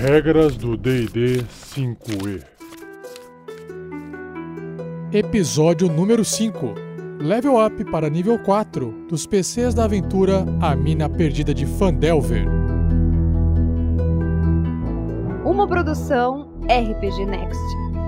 Regras do D&D 5e. Episódio número 5. Level up para nível 4 dos PCs da aventura A Mina Perdida de Phandelver. Uma produção RPG Next.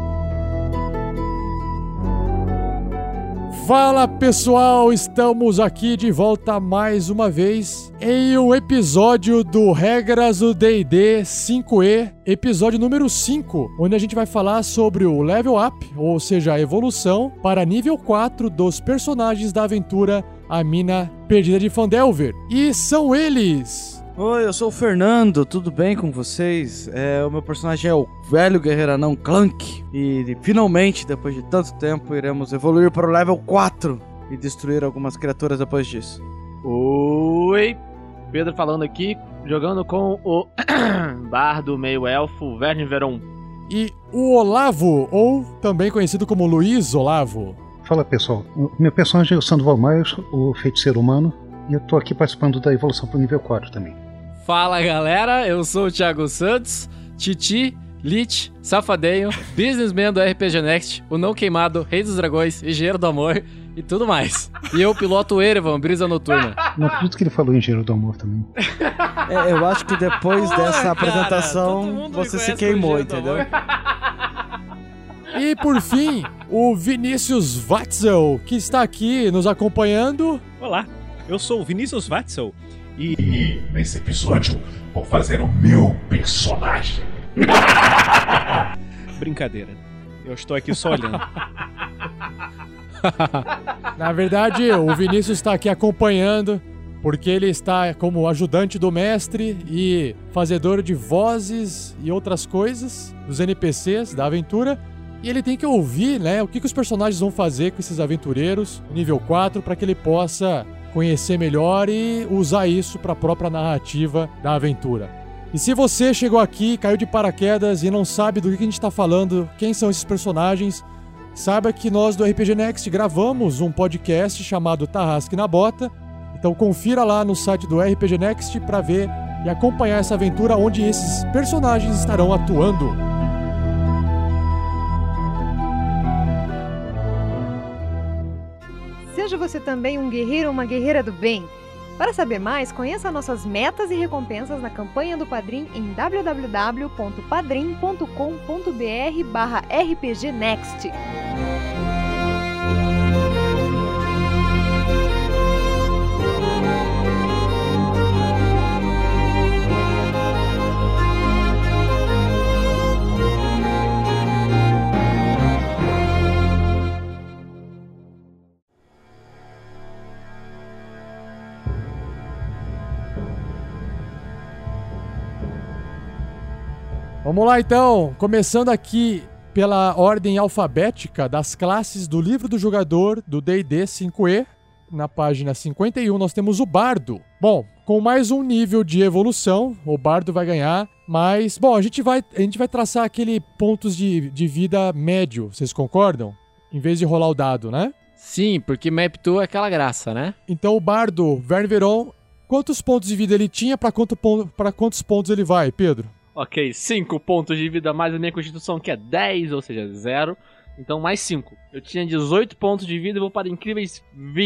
Fala pessoal, estamos aqui de volta mais uma vez em um episódio do Regras do D&D 5e, episódio número 5, onde a gente vai falar sobre o level up, ou seja, a evolução para nível 4 dos personagens da aventura A Mina Perdida de Phandelver. E são eles... Oi, eu sou o Fernando, tudo bem com vocês? O meu personagem é o velho guerreiro anão Clank. E finalmente, depois de tanto tempo, iremos evoluir para o level 4 e destruir algumas criaturas depois disso. Oi, Pedro falando aqui, jogando com o bardo meio-elfo Verne Veron. E o Olavo, ou também conhecido como Luiz Olavo. Fala pessoal, o meu personagem é o Sandoval Myers, o feiticeiro humano. E eu tô aqui participando da evolução pro nível 4 também. Fala galera, eu sou o Thiago Santos, Titi, Lich, Safadinho, businessman do RPG Next, o não queimado, rei dos dragões, engenheiro do amor e tudo mais. E eu piloto o Erevan, brisa noturna. Não acredito que ele falou engenheiro do amor também. Eu acho que depois dessa apresentação você se queimou, entendeu? E por fim, o Vinícius Watzel, que está aqui nos acompanhando. Olá, eu sou o Vinícius Watzel e nesse episódio vou fazer o meu personagem. Brincadeira, eu estou aqui só olhando. Na verdade, o Vinícius está aqui acompanhando porque ele está como ajudante do mestre e fazedor de vozes e outras coisas dos NPCs da aventura. E ele tem que ouvir, né, o que os personagens vão fazer com esses aventureiros nível 4 para que ele possa conhecer melhor e usar isso para a própria narrativa da aventura. E se você chegou aqui, caiu de paraquedas e não sabe do que a gente está falando, quem são esses personagens, saiba que nós do RPG Next gravamos um podcast chamado Tarrasque na Bota. Então confira lá no site do RPG Next para ver e acompanhar essa aventura onde esses personagens estarão atuando. Seja você também um guerreiro ou uma guerreira do bem. Para saber mais, conheça nossas metas e recompensas na campanha do Padrim em www.padrim.com.br/rpgnext. Vamos lá então, começando aqui pela ordem alfabética das classes do livro do jogador do D&D 5e. Na página 51 nós temos o Bardo. Bom, com mais um nível de evolução, o Bardo vai ganhar mais... Bom, a gente vai traçar aquele pontos de vida médio, vocês concordam? Em vez de rolar o dado, né? Sim, porque Map 2 é aquela graça, né? Então o Bardo, Verne Veron, quantos pontos de vida ele tinha, para quantos pontos ele vai, Pedro? Ok, 5 pontos de vida mais a minha constituição, que é 10, ou seja, 0. Então, mais 5. Eu tinha 18 pontos de vida e vou para incríveis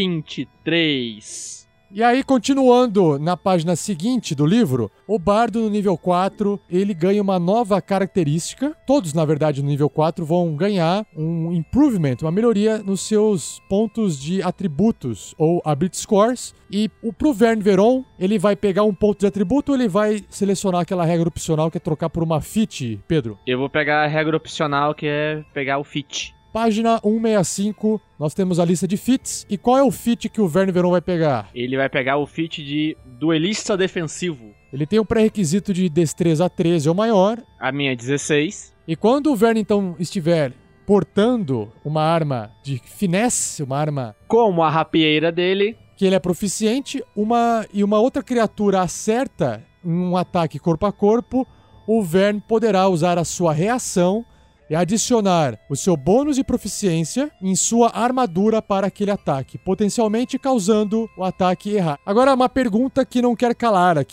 23. E aí, continuando na página seguinte do livro, o Bardo no nível 4, ele ganha uma nova característica. Todos, na verdade, no nível 4 vão ganhar um improvement, uma melhoria nos seus pontos de atributos ou ability scores. E pro Verne Veron, ele vai pegar um ponto de atributo ou ele vai selecionar aquela regra opcional que é trocar por uma feat, Pedro? Eu vou pegar a regra opcional, que é pegar o feat. Página 165, nós temos a lista de feats. E qual é o feat que o Verne Veron vai pegar? Ele vai pegar o feat de duelista defensivo. Ele tem um pré-requisito de destreza 13 ou maior. A minha é 16. E quando o Verne, então, estiver portando uma arma de finesse, uma arma... como a rapieira dele... que ele é proficiente, uma outra criatura acerta um ataque corpo a corpo, o Verne poderá usar a sua reação e adicionar o seu bônus de proficiência em sua armadura para aquele ataque, potencialmente causando o ataque errar. Agora, uma pergunta que não quer calar aqui.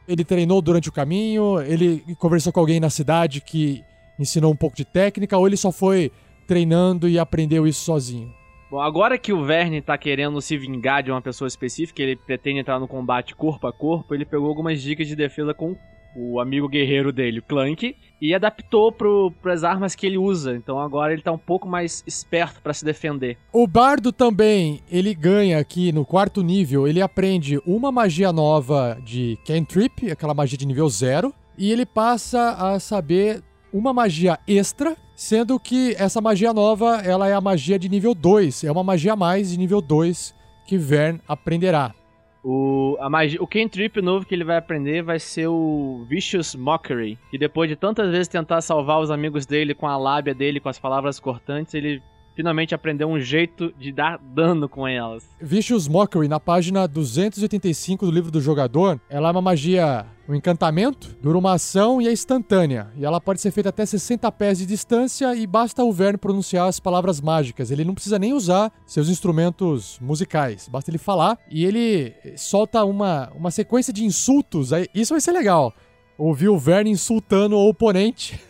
Ele treinou durante o caminho, ele conversou com alguém na cidade que ensinou um pouco de técnica, ou ele só foi treinando e aprendeu isso sozinho? Bom, agora que o Verne tá querendo se vingar de uma pessoa específica, ele pretende entrar no combate corpo a corpo, ele pegou algumas dicas de defesa com o amigo guerreiro dele, o Clank, e adaptou pras armas que ele usa. Então agora ele tá um pouco mais esperto pra se defender. O bardo também, ele ganha aqui no 4º nível, ele aprende uma magia nova de cantrip, aquela magia de nível 0, e ele passa a saber uma magia extra, sendo que essa magia nova, ela é a magia de nível 2, é uma magia a mais de nível 2 que Verne aprenderá. O cantrip novo que ele vai aprender vai ser o Vicious Mockery, que depois de tantas vezes tentar salvar os amigos dele com a lábia dele, com as palavras cortantes, ele finalmente aprendeu um jeito de dar dano com elas. Vicious Mockery, na página 285 do livro do jogador, ela é uma magia, um encantamento, dura uma ação e é instantânea. E ela pode ser feita até 60 pés de distância e basta o Verne pronunciar as palavras mágicas. Ele não precisa nem usar seus instrumentos musicais, basta ele falar e ele solta uma sequência de insultos. Isso vai ser legal. Ouvir o Verne insultando o oponente.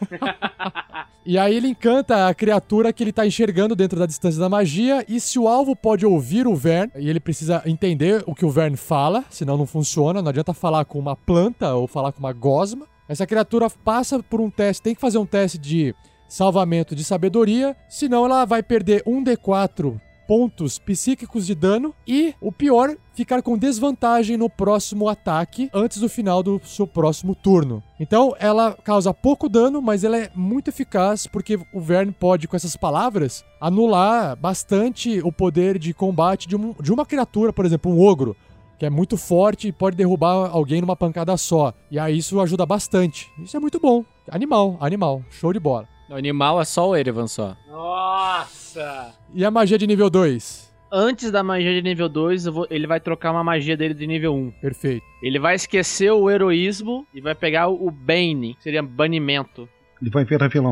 E aí ele encanta a criatura que ele tá enxergando dentro da distância da magia, e se o alvo pode ouvir o Verne, e ele precisa entender o que o Verne fala, senão não funciona, não adianta falar com uma planta ou falar com uma gosma. Essa criatura passa por um teste, tem que fazer um teste de salvamento de sabedoria, senão ela vai perder 1d4 pontos psíquicos de dano e, o pior, ficar com desvantagem no próximo ataque antes do final do seu próximo turno. Então, ela causa pouco dano, mas ela é muito eficaz porque o Verne pode, com essas palavras, anular bastante o poder de combate de uma criatura, por exemplo, um ogro, que é muito forte e pode derrubar alguém numa pancada só. E aí isso ajuda bastante. Isso é muito bom. Animal. Show de bola. O animal é só o Erevan só. Nossa! E a magia de nível 2? Antes da magia de nível 2, ele vai trocar uma magia dele de nível 1. Perfeito. Ele vai esquecer o heroísmo e vai pegar o Bane, que seria banimento. Ele vai virar vilão.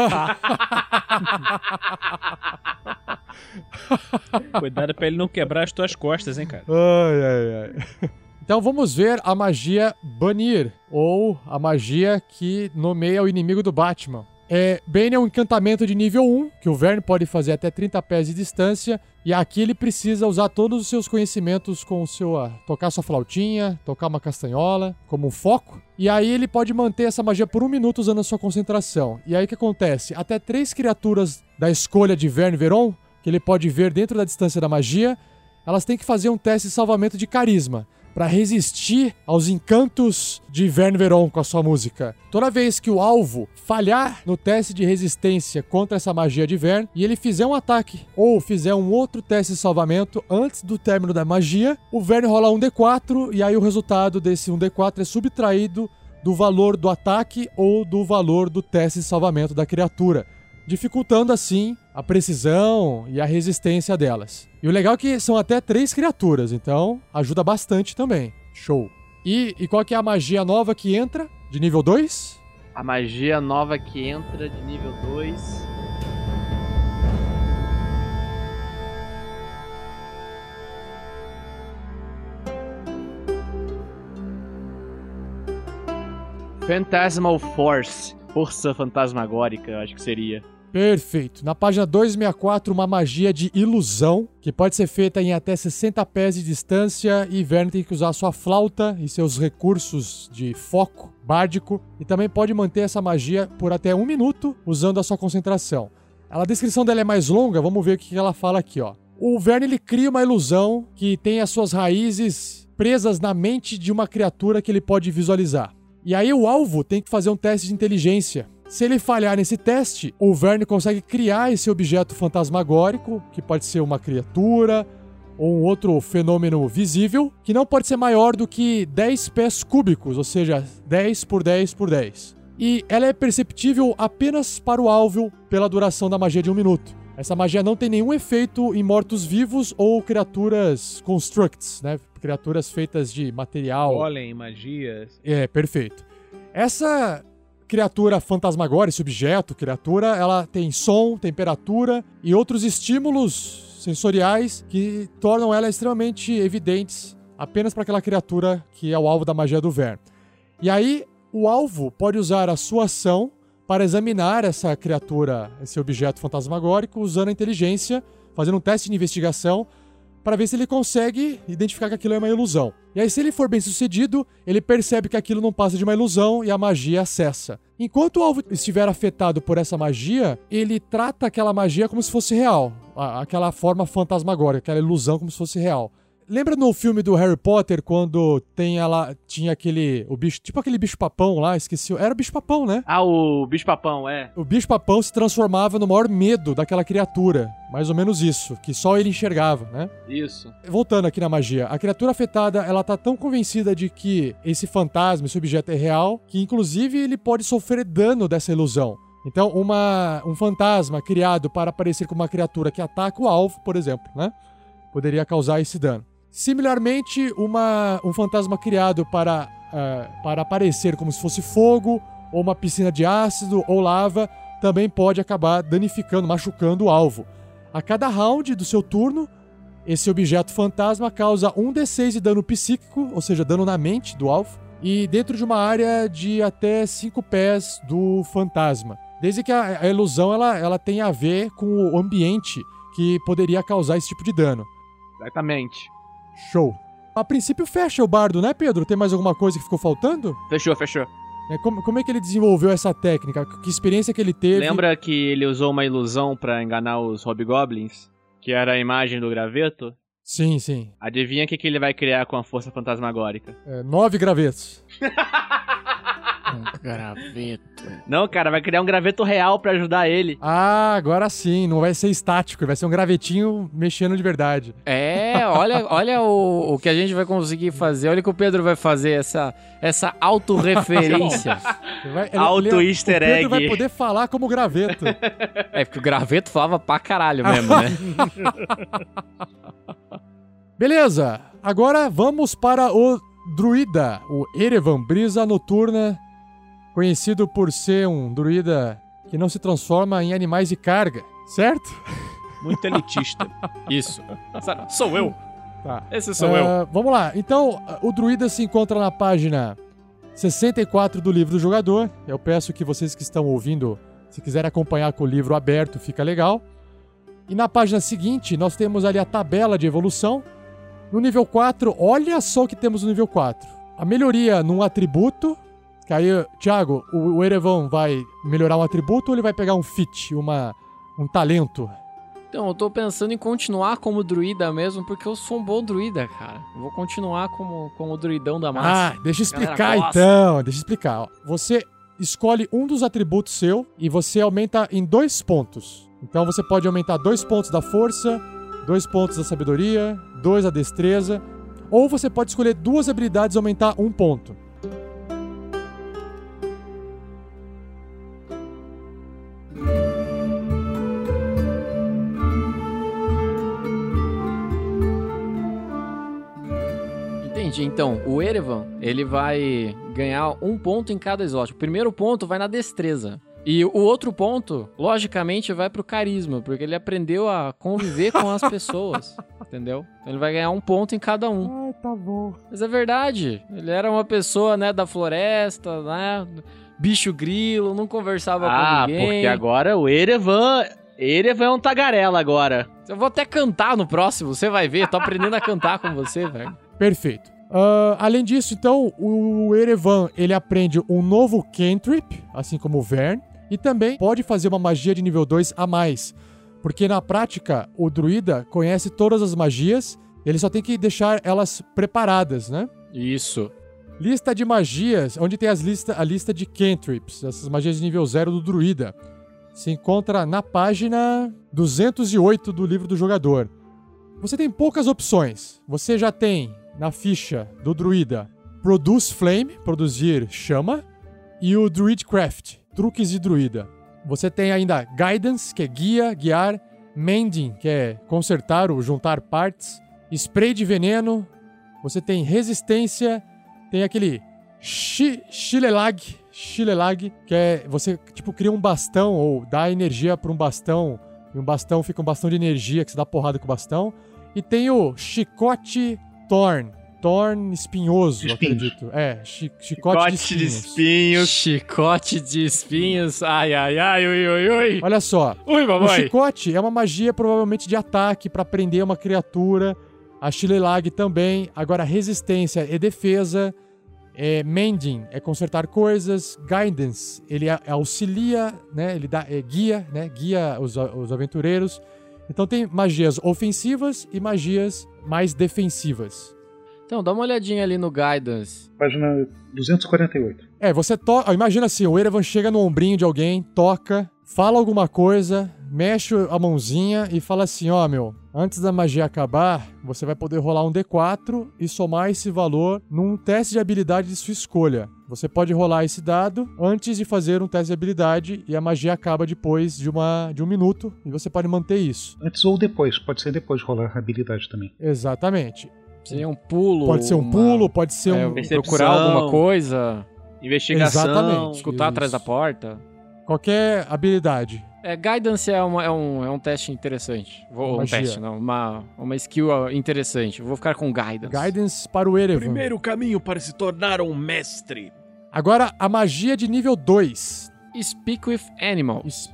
Cuidado pra ele não quebrar as tuas costas, hein, cara. Ai. Então vamos ver a magia Banir, ou a magia que nomeia o inimigo do Batman. Bane é um encantamento de nível 1, que o Verne pode fazer até 30 pés de distância, e aqui ele precisa usar todos os seus conhecimentos com o seu... tocar sua flautinha, tocar uma castanhola, como um foco, e aí ele pode manter essa magia por 1 minuto usando a sua concentração. E aí o que acontece? Até 3 criaturas da escolha de Verne Veron, que ele pode ver dentro da distância da magia, elas têm que fazer um teste de salvamento de carisma, para resistir aos encantos de Verne Veron com a sua música. Toda vez que o alvo falhar no teste de resistência contra essa magia de Verne e ele fizer um ataque ou fizer um outro teste de salvamento antes do término da magia, o Verne rola 1d4 e aí o resultado desse 1d4 é subtraído do valor do ataque ou do valor do teste de salvamento da criatura, dificultando assim a precisão e a resistência delas. E o legal é que são até 3 criaturas, então ajuda bastante também. Show. E qual que é a magia nova que entra de nível 2? A magia nova que entra de nível 2... Phantasmal Force. Força fantasmagórica, eu acho que seria. Perfeito. Na página 264, uma magia de ilusão, que pode ser feita em até 60 pés de distância, e Verne tem que usar sua flauta e seus recursos de foco bárdico, e também pode manter essa magia por até 1 minuto usando a sua concentração. A descrição dela é mais longa, vamos ver o que ela fala aqui, ó. O Verne, ele cria uma ilusão que tem as suas raízes presas na mente de uma criatura que ele pode visualizar. E aí o alvo tem que fazer um teste de inteligência. Se ele falhar nesse teste, o Verne consegue criar esse objeto fantasmagórico, que pode ser uma criatura ou um outro fenômeno visível, que não pode ser maior do que 10 pés cúbicos, ou seja, 10 por 10 por 10. E ela é perceptível apenas para o alvo pela duração da magia de 1 minuto. Essa magia não tem nenhum efeito em mortos-vivos ou criaturas constructs, né? Criaturas feitas de material. Golem, magias. Perfeito. Essa criatura fantasmagórica, esse objeto, criatura, ela tem som, temperatura e outros estímulos sensoriais que tornam ela extremamente evidentes apenas para aquela criatura que é o alvo da magia do Verne. E aí, o alvo pode usar a sua ação para examinar essa criatura, esse objeto fantasmagórico, usando a inteligência, fazendo um teste de investigação, para ver se ele consegue identificar que aquilo é uma ilusão. E aí, se ele for bem sucedido, ele percebe que aquilo não passa de uma ilusão e a magia cessa. Enquanto o alvo estiver afetado por essa magia, ele trata aquela magia como se fosse real. Aquela forma fantasmagórica, aquela ilusão como se fosse real. Lembra no filme do Harry Potter, quando tinha o bicho, tipo aquele bicho-papão lá, esqueci. Era o bicho-papão, né? Ah, o bicho-papão, é. O bicho-papão se transformava no maior medo daquela criatura. Mais ou menos isso, que só ele enxergava, né? Isso. Voltando aqui na magia, a criatura afetada, ela tá tão convencida de que esse fantasma, esse objeto é real, que inclusive ele pode sofrer dano dessa ilusão. Então, um fantasma criado para aparecer como uma criatura que ataca o alvo, por exemplo, né? Poderia causar esse dano. Similarmente, um fantasma criado para aparecer como se fosse fogo, ou uma piscina de ácido, ou lava, também pode acabar danificando, machucando o alvo. A cada round do seu turno, esse objeto fantasma causa 1d6 de dano psíquico, ou seja, dano na mente do alvo, e dentro de uma área de até 5 pés do fantasma. Desde que a ilusão ela tenha a ver com o ambiente que poderia causar esse tipo de dano. Exatamente. Show. A princípio fecha o bardo, né, Pedro? Tem mais alguma coisa que ficou faltando? Fechou. Como é que ele desenvolveu essa técnica? Que experiência que ele teve? Lembra que ele usou uma ilusão pra enganar os hobgoblins? Que era a imagem do graveto? Sim, sim. Adivinha o que ele vai criar com a força fantasmagórica? 9 gravetos. Um graveto. Não, cara, vai criar um graveto real pra ajudar ele. Ah, agora sim. Não vai ser estático, vai ser um gravetinho mexendo de verdade. Olha o que a gente vai conseguir fazer. Olha o que o Pedro vai fazer, essa autorreferência. Auto-easter egg. O Pedro vai poder falar como graveto. É, porque o graveto falava pra caralho mesmo, né? Beleza, agora vamos para o druida, o Erevan, brisa noturna, conhecido por ser um druida que não se transforma em animais de carga, certo? Muito elitista. Isso. Sou eu. Tá. Esse sou eu. Vamos lá. Então, o druida se encontra na página 64 do livro do jogador. Eu peço que vocês que estão ouvindo, se quiserem acompanhar com o livro aberto, fica legal. E na página seguinte, nós temos ali a tabela de evolução. No nível 4, olha só o que temos no nível 4. A melhoria num atributo. Que aí, Thiago, o Erevan vai melhorar um atributo ou ele vai pegar um feat, um talento? Então, eu tô pensando em continuar como druida mesmo, porque eu sou um bom druida, cara. Eu vou continuar como o druidão da massa. Deixa eu explicar então. Deixa eu explicar. Ó. Você escolhe um dos atributos seu e você aumenta em 2 pontos. Então você pode aumentar 2 pontos da força, 2 pontos da sabedoria, 2 da destreza, ou você pode escolher 2 habilidades e aumentar 1 ponto. Entendi. Então, o Erevan, ele vai ganhar 1 ponto em cada slot. O primeiro ponto vai na destreza. E o outro ponto, logicamente, vai pro carisma, porque ele aprendeu a conviver com as pessoas, entendeu? Então ele vai ganhar 1 ponto em cada um. Ai, tá bom. Mas é verdade. Ele era uma pessoa, né, da floresta, né, bicho grilo, não conversava com ninguém. Porque agora o Erevan é um tagarela agora. Eu vou até cantar no próximo, você vai ver. Tô aprendendo a cantar com você, velho. Perfeito. Além disso, então, o Erevan, ele aprende um novo cantrip, assim como o Vern, e também pode fazer uma magia de nível 2 a mais, porque na prática, o druida conhece todas as magias, ele só tem que deixar elas preparadas, né? Isso. Lista de magias, onde tem a lista de cantrips, essas magias de nível 0 do druida. Se encontra na página 208 do livro do jogador. Você tem poucas opções. Você já tem na ficha do druida Produce Flame, produzir chama, e o Druidcraft, truques de druida. Você tem ainda Guidance, que é guiar, Mending, que é consertar ou juntar partes, Spray de veneno, você tem resistência, tem aquele Shilelag, que é você tipo cria um bastão ou dá energia para um bastão, e um bastão fica um bastão de energia que você dá porrada com o bastão. E tem o Chicote Thorn, Thorn espinhoso, Espinhos. acredito. Chicote de espinhos. Chicote de espinhos. Ai, ai, ai, ui, ui, ui. Olha só, Ui, o mamãe. chicote é uma magia provavelmente de ataque pra prender uma criatura. A Shillelag também. Agora, resistência e defesa. Mending é consertar coisas. Guidance, ele auxilia, né? Ele guia, né? Guia os aventureiros. Então tem magias ofensivas e magias mais defensivas. Então, dá uma olhadinha ali no Guidance. Página 248. Você toca. Imagina assim: o Erevan chega no ombrinho de alguém, toca, fala alguma coisa, mexe a mãozinha e fala assim: antes da magia acabar, você vai poder rolar um D4 e somar esse valor num teste de habilidade de sua escolha. Você pode rolar esse dado antes de fazer um teste de habilidade e a magia acaba depois de um minuto e você pode manter isso. Antes ou depois, pode ser depois de rolar a habilidade também. Exatamente. Seria um pulo. Pode ser um pulo, pode ser procurar alguma coisa. Investigação. Exatamente. Escutar atrás da porta. Qualquer habilidade. Guidance é um teste interessante. Uma skill interessante. Vou ficar com Guidance. Guidance para o Erevan. Primeiro caminho para se tornar um mestre. Agora, a magia de nível 2. Speak with Animals.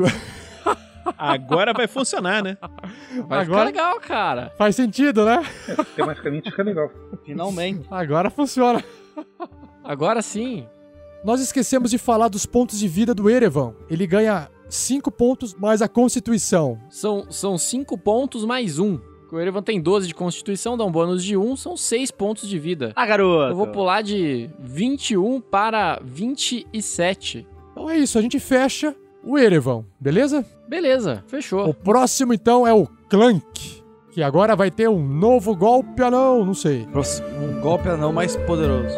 Agora vai funcionar, né? Vai ficar legal, cara. Faz sentido, né? Tematicamente fica legal. Finalmente. Agora funciona. Agora sim. Nós esquecemos de falar dos pontos de vida do Erevan. Ele ganha 5 pontos mais a Constituição. São 5 pontos mais 1. O Erevan tem 12 de Constituição, dá um bônus de 1, são 6 pontos de vida. Garoto! Eu vou pular de 21 para 27. Então é isso, a gente fecha o Erevan, beleza? Beleza, fechou. O próximo, então, é o Clank, que agora vai ter um novo golpe anão, não sei. Um golpe anão mais poderoso.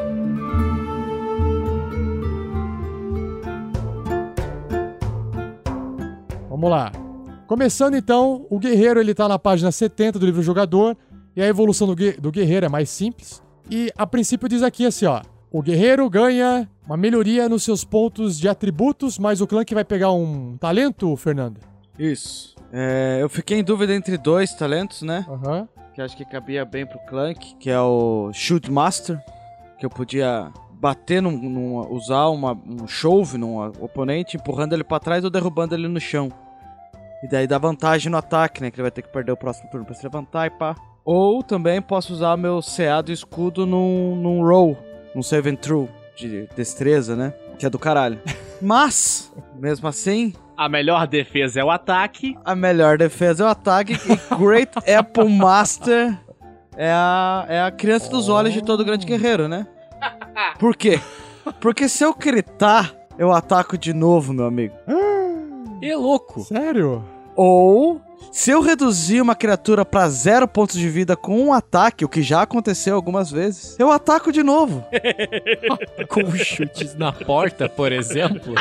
Vamos lá. Começando, então, o guerreiro, ele tá na página 70 do livro Jogador, e a evolução do guerreiro é mais simples. E, a princípio, diz aqui assim, o guerreiro ganha uma melhoria nos seus pontos de atributos, mas o Clank vai pegar um talento, Fernando? Isso. Eu fiquei em dúvida entre 2 talentos, né? Aham. Que acho que cabia bem pro Clank, que é o Shoot Master, que eu podia bater usar um shove num oponente, empurrando ele pra trás ou derrubando ele no chão. E daí dá vantagem no ataque, né? Que ele vai ter que perder o próximo turno pra se levantar e pá. Ou também posso usar meu CA do escudo num roll, num save and throw de destreza, né? Que é do caralho. Mas, mesmo assim... A melhor defesa é o ataque. A melhor defesa é o ataque. E Great Apple Master é a criança dos olhos de todo grande guerreiro, né? Por quê? Porque se eu gritar, eu ataco de novo, meu amigo. É louco. Sério? Ou, se eu reduzir uma criatura pra 0 pontos de vida com um ataque, o que já aconteceu algumas vezes, eu ataco de novo. Com chutes na porta, por exemplo.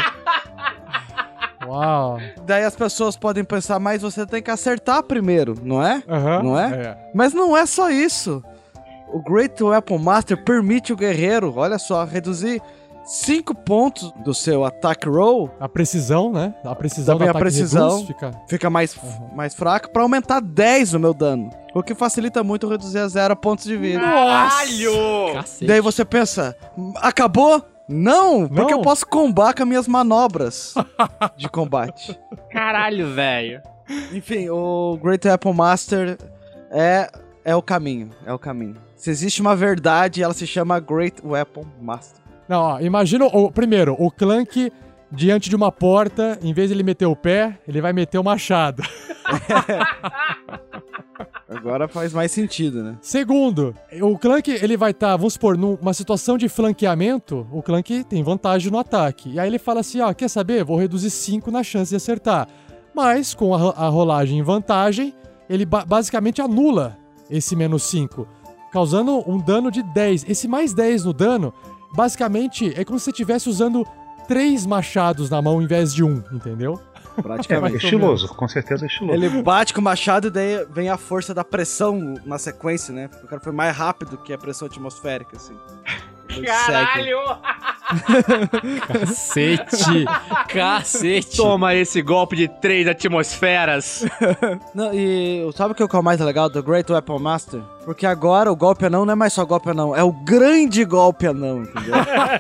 Uau. Daí as pessoas podem pensar, mas você tem que acertar primeiro, não é? Aham. Não é? Mas não é só isso. O Great Weapon Master permite o guerreiro, olha só, reduzir 5 pontos do seu attack roll. A precisão, né? A precisão Também do a ataque precisão reduz, fica mais fraca pra aumentar 10 o meu dano. O que facilita muito reduzir a 0 pontos de vida. Caralho! Cacete. Daí você pensa, acabou? Não, porque Não. eu posso combar com as minhas manobras de combate. Caralho, velho. Enfim, o Great Apple Master é o caminho, Se existe uma verdade, ela se chama Great Weapon Master. Não, imagina, primeiro, o Clank diante de uma porta, em vez de ele meter o pé, ele vai meter o machado. Agora faz mais sentido, né? Segundo, o Clank, ele vai estar, vamos supor, numa situação de flanqueamento, o Clank tem vantagem no ataque. E aí ele fala assim, quer saber? Vou reduzir 5 na chance de acertar. Mas, com a rolagem em vantagem, ele basicamente anula esse menos 5, causando um dano de 10. Esse mais 10 no dano, basicamente, é como se você estivesse usando 3 machados na mão em vez de 1, entendeu? Praticamente. Estiloso, com certeza é estiloso. Ele bate com o machado e daí vem a força da pressão na sequência, né? O cara foi mais rápido que a pressão atmosférica, assim. Ele Caralho! Cacete. Toma esse golpe de 3 atmosferas. Não, e sabe o que é o mais legal do Great Weapon Master? Porque agora o golpe anão não é mais só golpe anão, é o grande golpe anão, entendeu?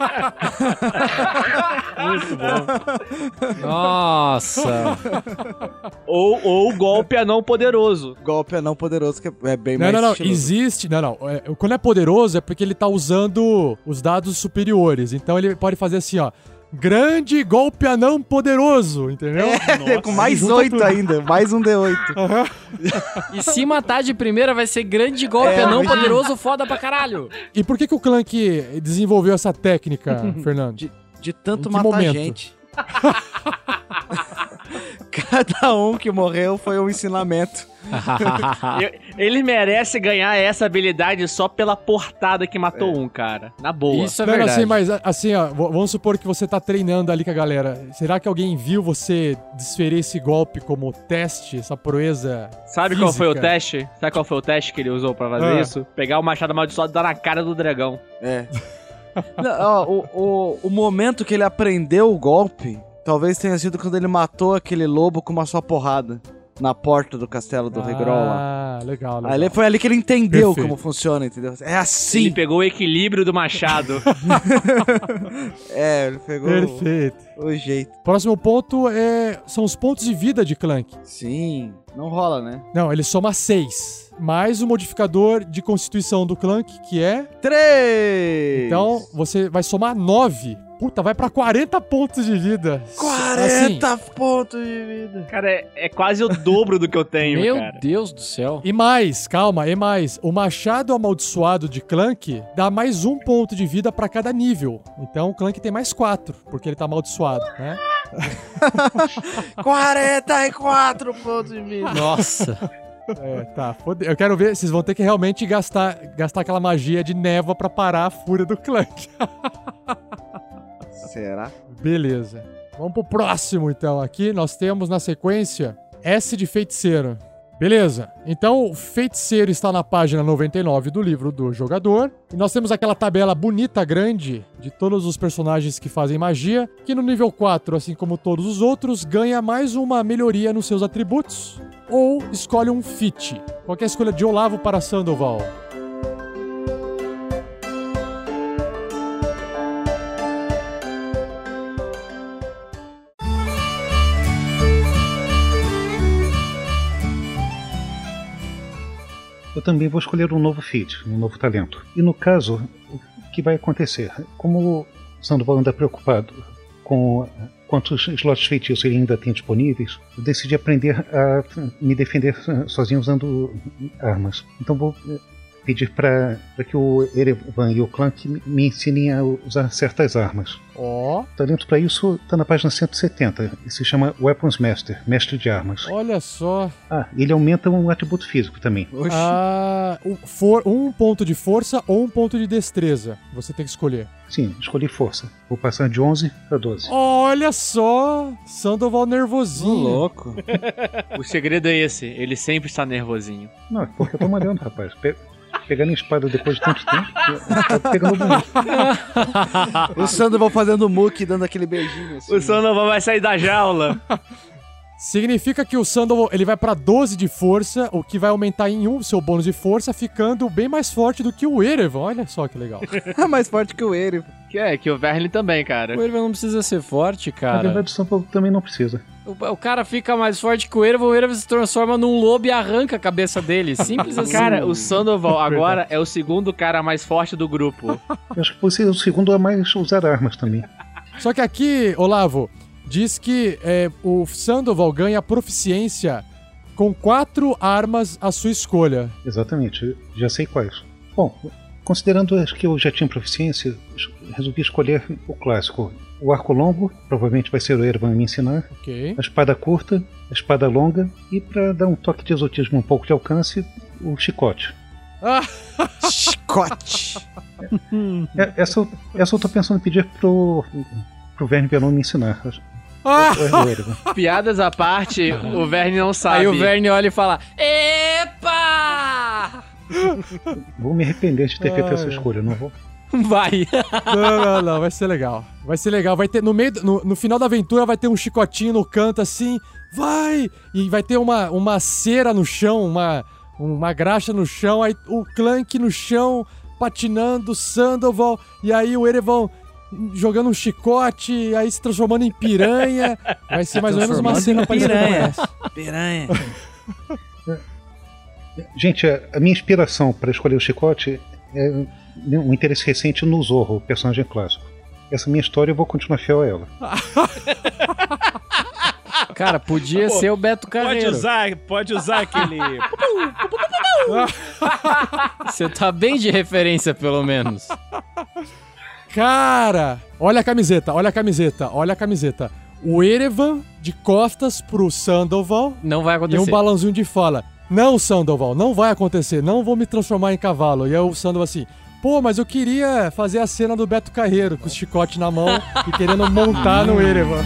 Muito bom. Nossa. Ou golpe anão poderoso. Golpe anão poderoso, que é bem Não, mais não, estiloso. existe... Não. Quando é poderoso é porque ele tá usando os dados superiores. Então ele pode fazer assim, ó. Grande golpe anão poderoso, entendeu? Com mais Junta 8 tudo. ainda, mais um D8. E se matar de primeira vai ser grande golpe, não poderoso, foda pra caralho. E por que o Clank desenvolveu essa técnica, Fernando? De tanto Em que matar momento? gente. Cada um que morreu foi um ensinamento. Ele merece ganhar essa habilidade só pela portada que matou um, cara. Na boa. Isso é Não, verdade. assim, mas assim, ó, vamos supor que você tá treinando ali com a galera. Será que alguém viu você desferir esse golpe como teste, essa proeza Sabe qual foi o física? teste? Sabe qual foi o teste que ele usou pra fazer isso? Pegar o machado amaldiçoado e dar na cara do dragão. É. Não, ó, o momento que ele aprendeu o golpe, talvez tenha sido quando ele matou aquele lobo com uma só porrada na porta do castelo do Rei Grol lá. Ah, legal. Aí foi ali que ele entendeu Perfeito. como funciona, entendeu? É Ele assim. pegou o equilíbrio do machado. Ele pegou Perfeito. o jeito. Próximo ponto são os pontos de vida de Clank. Sim, não rola, né? Não, ele soma 6. Mais o modificador de constituição do Clank, que é... 3! Então, você vai somar 9. Puta, vai pra 40 pontos de vida. 40 pontos de vida. Cara, é quase o dobro do que eu tenho, Meu cara. Deus do céu. E mais, calma, e mais. O machado amaldiçoado de Clank dá mais 1 ponto de vida pra cada nível. Então o Clank tem mais 4, porque ele tá amaldiçoado, né? 44 pontos de vida. Nossa. Tá. Eu quero ver, vocês vão ter que realmente gastar aquela magia de névoa pra parar a fúria do Clank. Será? Beleza. Vamos pro próximo, então. Aqui nós temos na sequência S de Feiticeiro. Beleza. Então, o Feiticeiro está na página 99 do livro do jogador. E nós temos aquela tabela bonita, grande, de todos os personagens que fazem magia, que no nível 4, assim como todos os outros, ganha mais uma melhoria nos seus atributos. Ou escolhe um feat. Qual que é a escolha de Olavo para Sandoval? Eu também vou escolher um novo feat, um novo talento. E no caso, o que vai acontecer? Como o Sandoval anda preocupado com quantos slots feitiços ele ainda tem disponíveis, eu decidi aprender a me defender sozinho usando armas. Então vou pedir para que o Erevan e o Clank me ensinem a usar certas armas. Ó. O talento para isso está na página 170 e se chama Weapons Master, mestre de armas. Olha só. Ele aumenta um atributo físico também. Um ponto de força ou um ponto de destreza. Você tem que escolher. Sim, escolhi força. Vou passar de 11 para 12. Olha só! Sandoval nervosinho. Louco. O segredo é esse. Ele sempre está nervosinho. Não, é porque eu tô malhando, rapaz. Pegando a espada depois de tanto tempo, eu tô pegando bonito. O Sandoval fazendo muque, dando aquele beijinho assim. O Sandoval vai sair da jaula. Significa que o Sandoval ele vai pra 12 de força, o que vai aumentar em 1 seu bônus de força, ficando bem mais forte do que o Erevan. Olha só que legal. É mais forte que o Erevan. Que o Verne também, cara. O Erevan não precisa ser forte, Na cara. verdade, o Sandoval também não precisa. O cara fica mais forte que o Erevan se transforma num lobo e arranca a cabeça dele. Simples assim. Cara, o Sandoval agora é o segundo cara mais forte do grupo. Eu acho que você é o segundo a mais usar armas também. Só que aqui, Olavo, diz que o Sandoval ganha proficiência com 4 armas à sua escolha. Exatamente, eu já sei quais. Bom, considerando as que eu já tinha proficiência, resolvi escolher o clássico. O arco longo, provavelmente vai ser o Erevan me ensinar. Ok. A espada curta, a espada longa e, para dar um toque de exotismo, um pouco de alcance, o chicote. Chicote! Essa eu tô pensando em pedir pro Verne Venom me ensinar. Piadas à parte, o Verne não sabe. Aí o Verne olha e fala: Epa! Vou me arrepender de ter feito essa escolha, não vou? Vai. Não, vai ser legal. Vai ser legal. Vai ter, no final da aventura vai ter um chicotinho no canto assim, vai! E vai ter uma cera no chão, uma graxa no chão, aí o Clank no chão, patinando, Sandoval, e aí o Erevan jogando um chicote, aí se transformando em piranha. Vai ser mais ou menos uma cena parecida com essa. Piranha. Gente, a minha inspiração para escolher o chicote é um interesse recente no Zorro, o personagem clássico. Essa minha história eu vou continuar fiel a ela. Cara, podia ser o Beto Carreiro. Pode usar aquele... Você tá bem de referência, pelo menos. Cara, olha a camiseta. O Erevan de costas pro Sandoval. Não vai acontecer. E um balãozinho de fala. Não, Sandoval, não vai acontecer. Não vou me transformar em cavalo. E aí o Sandoval assim... Pô, mas eu queria fazer a cena do Beto Carreiro, com o chicote na mão e querendo montar no Erevan.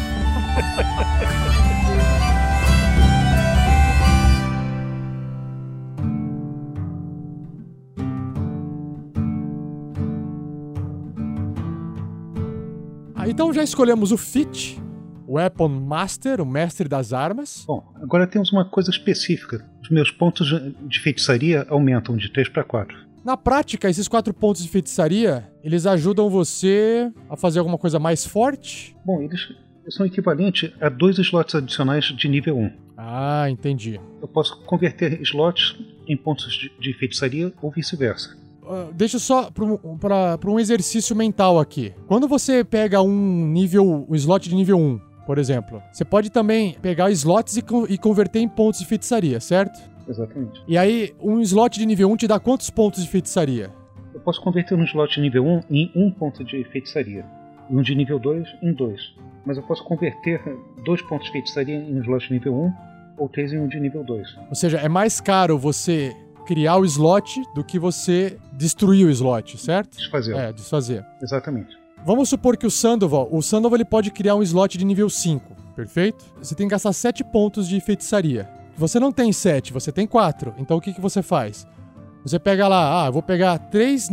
Então já escolhemos o Fit, o Weapon Master, o mestre das armas. Bom, agora temos uma coisa específica. Os meus pontos de feitiçaria aumentam de 3 para 4. Na prática, esses 4 pontos de feitiçaria, eles ajudam você a fazer alguma coisa mais forte? Bom, eles são equivalentes a 2 slots adicionais de nível 1. Ah, entendi. Eu posso converter slots em pontos de feitiçaria ou vice-versa. Deixa só para um exercício mental aqui. Quando você pega um slot de nível 1, por exemplo, você pode também pegar slots e converter em pontos de feitiçaria, certo? Exatamente. E aí, um slot de nível 1 te dá quantos pontos de feitiçaria? Eu posso converter um slot de nível 1 em 1 ponto de feitiçaria. E um de nível 2 em 2. Mas eu posso converter 2 pontos de feitiçaria em um slot de nível 1 ou 3 em um de nível 2. Ou seja, é mais caro você criar o slot do que você destruir o slot, certo? Desfazer. Desfazer. Exatamente. Vamos supor que o Sandoval ele pode criar um slot de nível 5, perfeito? Você tem que gastar 7 pontos de feitiçaria. Você não tem 7, você tem 4. Então o que você faz? Você pega lá, eu vou pegar 3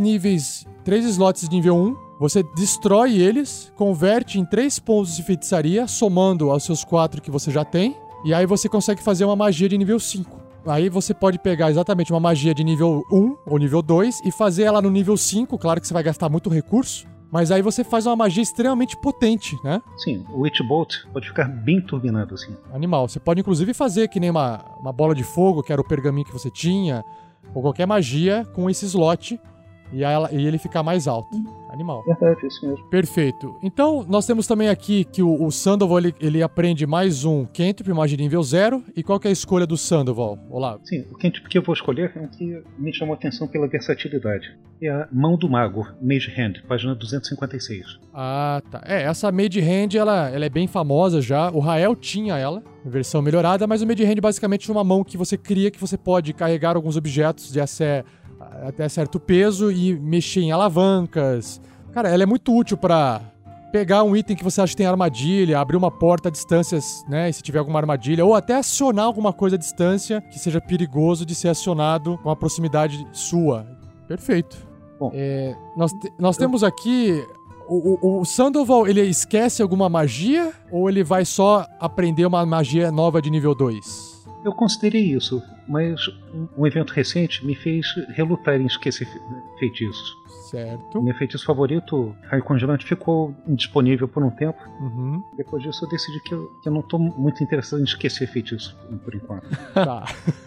slots de nível 1, você destrói eles, converte em 3 pontos de feitiçaria, somando aos seus 4 que você já tem, e aí você consegue fazer uma magia de nível 5. Aí você pode pegar exatamente uma magia de nível 1 ou nível 2 e fazer ela no nível 5, claro que você vai gastar muito recurso, mas aí você faz uma magia extremamente potente, né? Sim, o Witch Bolt pode ficar bem turbinado assim. Animal. Você pode inclusive fazer que nem uma bola de fogo, que era o pergaminho que você tinha, ou qualquer magia com esse slot e ele ficar mais alto. Animal. Verdade, isso mesmo. Perfeito. Então, nós temos também aqui que o Sandoval, ele aprende mais um cantrip, magia de nível 0. E qual que é a escolha do Sandoval, Olavo? Sim, o cantrip que eu vou escolher é um que me chamou a atenção pela versatilidade. É a Mão do Mago, Mage Hand, página 256. Ah, tá. Essa Mage Hand, ela é bem famosa já. O Rael tinha ela, em versão melhorada, mas o Mage Hand basicamente é uma mão que você cria, que você pode carregar alguns objetos de até certo peso e mexer em alavancas. Cara, ela é muito útil pra pegar um item que você acha que tem armadilha, abrir uma porta a distâncias, né, e se tiver alguma armadilha, ou até acionar alguma coisa à distância que seja perigoso de ser acionado com a proximidade sua. Perfeito. Bom, nós temos aqui... O Sandoval, ele esquece alguma magia ou ele vai só aprender uma magia nova de nível 2? Eu considerei isso, mas um evento recente me fez relutar em esquecer feitiços. Certo. Meu feitiço favorito, Raio Congelante, ficou indisponível por um tempo. Uhum. Depois disso eu decidi que eu não estou muito interessado em esquecer feitiço por enquanto. Tá.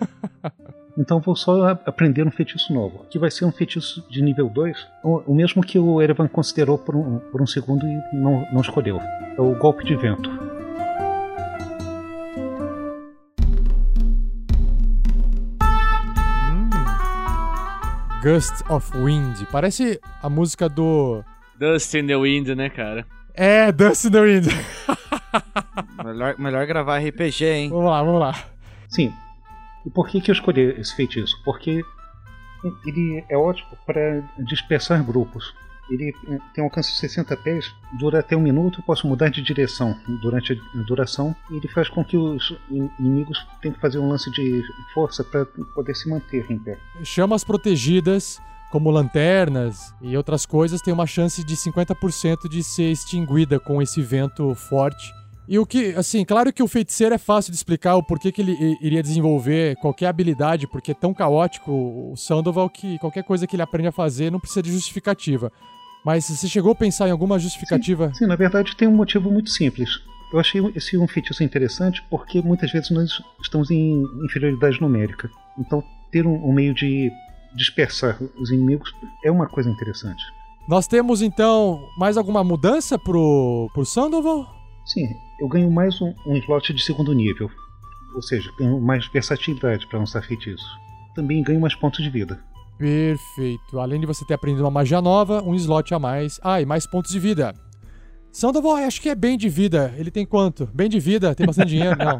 Então vou só aprender um feitiço novo, que vai ser um feitiço de nível 2, o mesmo que o Erevan considerou por um segundo e não escolheu. É o Golpe de Vento. Gust of Wind. Parece a música do... Dust in the Wind, né, cara? Dust in the Wind. melhor gravar RPG, hein? Vamos lá. Sim. E por que eu escolhi esse feitiço? Porque ele é ótimo para dispersar grupos. Ele tem um alcance de 60 pés, dura até 1 minuto, eu posso mudar de direção durante a duração, e ele faz com que os inimigos tenham que fazer um lance de força para poder se manter em pé. Chamas protegidas, como lanternas e outras coisas, tem uma chance de 50% de ser extinguida com esse vento forte, E o que, assim, claro que o feiticeiro é fácil de explicar o porquê que ele iria desenvolver qualquer habilidade, porque é tão caótico o Sandoval que qualquer coisa que ele aprende a fazer não precisa de justificativa. Mas você chegou a pensar em alguma justificativa? Sim, na verdade tem um motivo muito simples. Eu achei esse um feitiço interessante porque muitas vezes nós estamos em inferioridade numérica. Então ter um meio de dispersar os inimigos é uma coisa interessante. Nós temos então mais alguma mudança pro Sandoval? Sim, eu ganho mais um slot de segundo nível. Ou seja, ganho mais versatilidade para lançar feitiços. Também ganho mais pontos de vida. Perfeito. Além de você ter aprendido uma magia nova, um slot a mais. Ah, e mais pontos de vida. Sandoval, acho que é bem de vida. Ele tem quanto? Bem de vida? Tem bastante dinheiro? Não,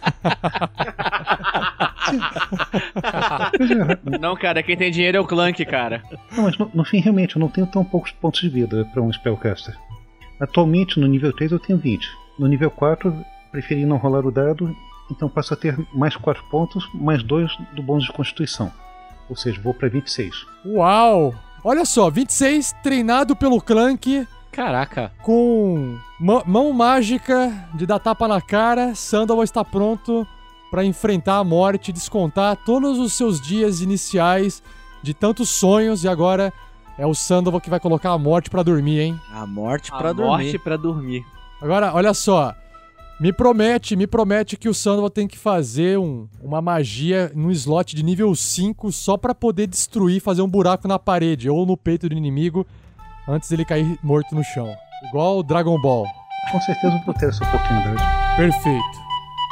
Não, cara, quem tem dinheiro é o Clank, cara. Não, mas no fim, realmente, eu não tenho tão poucos pontos de vida para um Spellcaster. Atualmente, no nível 3, eu tenho 20. No nível 4, preferi não rolar o dado, então passo a ter mais 4 pontos, mais 2 do bônus de Constituição. Ou seja, vou para 26. Uau! Olha só, 26, treinado pelo Clank. Caraca. Com mão mágica de dar tapa na cara, Sandoval está pronto para enfrentar a morte, descontar todos os seus dias iniciais de tantos sonhos, e agora é o Sandoval que vai colocar a morte pra dormir, hein? A morte pra dormir. A morte pra dormir. Agora, olha só. Me promete que o Sandoval tem que fazer uma magia num slot de nível 5 só pra poder destruir, fazer um buraco na parede ou no peito do inimigo antes dele cair morto no chão. Igual o Dragon Ball. Com certeza eu vou ter essa oportunidade. Perfeito.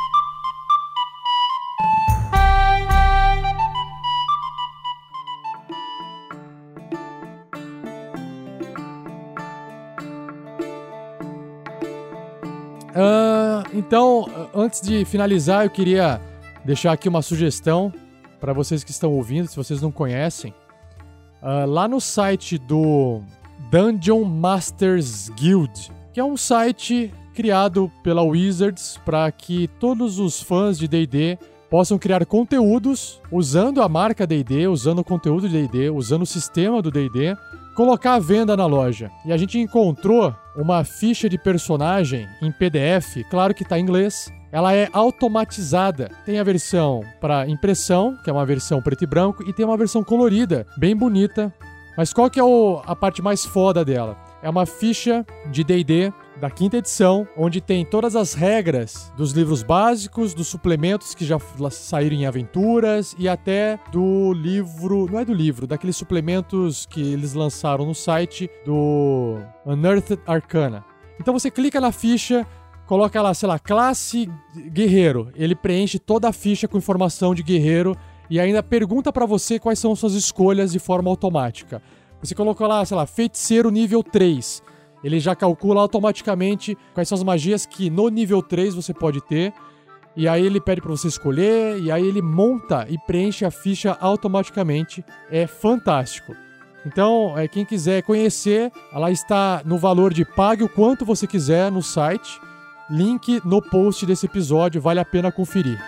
Então, antes de finalizar, eu queria deixar aqui uma sugestão para vocês que estão ouvindo, se vocês não conhecem. Lá no site do Dungeon Masters Guild, que é um site criado pela Wizards para que todos os fãs de D&D possam criar conteúdos usando a marca D&D, usando o conteúdo de D&D, usando o sistema do D&D, colocar à venda na loja. E a gente encontrou uma ficha de personagem em PDF, claro que está em inglês. Ela é automatizada. Tem a versão para impressão, que é uma versão preto e branco, e tem uma versão colorida, bem bonita. Mas qual que é a parte mais foda dela? É uma ficha de D&D da 5ª edição, onde tem todas as regras dos livros básicos, dos suplementos que já saíram em aventuras e até do livro... Não é do livro, daqueles suplementos que eles lançaram no site do Unearthed Arcana. Então você clica na ficha, coloca lá, sei lá, classe guerreiro. Ele preenche toda a ficha com informação de guerreiro e ainda pergunta pra você quais são suas escolhas de forma automática. Você colocou lá, sei lá, feiticeiro nível 3. Ele já calcula automaticamente quais são as magias que no nível 3 você pode ter. E aí ele pede pra você escolher, e aí ele monta e preenche a ficha automaticamente. É fantástico. Então, quem quiser conhecer, ela está no valor de pague o quanto você quiser no site. Link no post desse episódio, vale a pena conferir.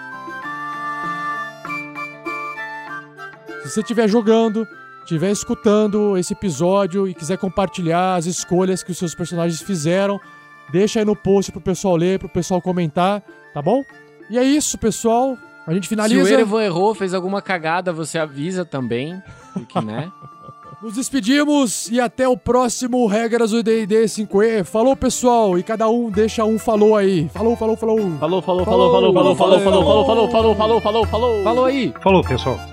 Se você estiver jogando, estiver escutando esse episódio e quiser compartilhar as escolhas que os seus personagens fizeram, deixa aí no post pro pessoal ler, pro pessoal comentar, tá bom? E é isso, pessoal. A gente finaliza. Se o Erevan errou, fez alguma cagada, você avisa também, porque, né? Nos despedimos e até o próximo Regras do D&D 5e. Falou, pessoal, e cada um deixa um falou aí. Falou. Falou aí. Falou, pessoal.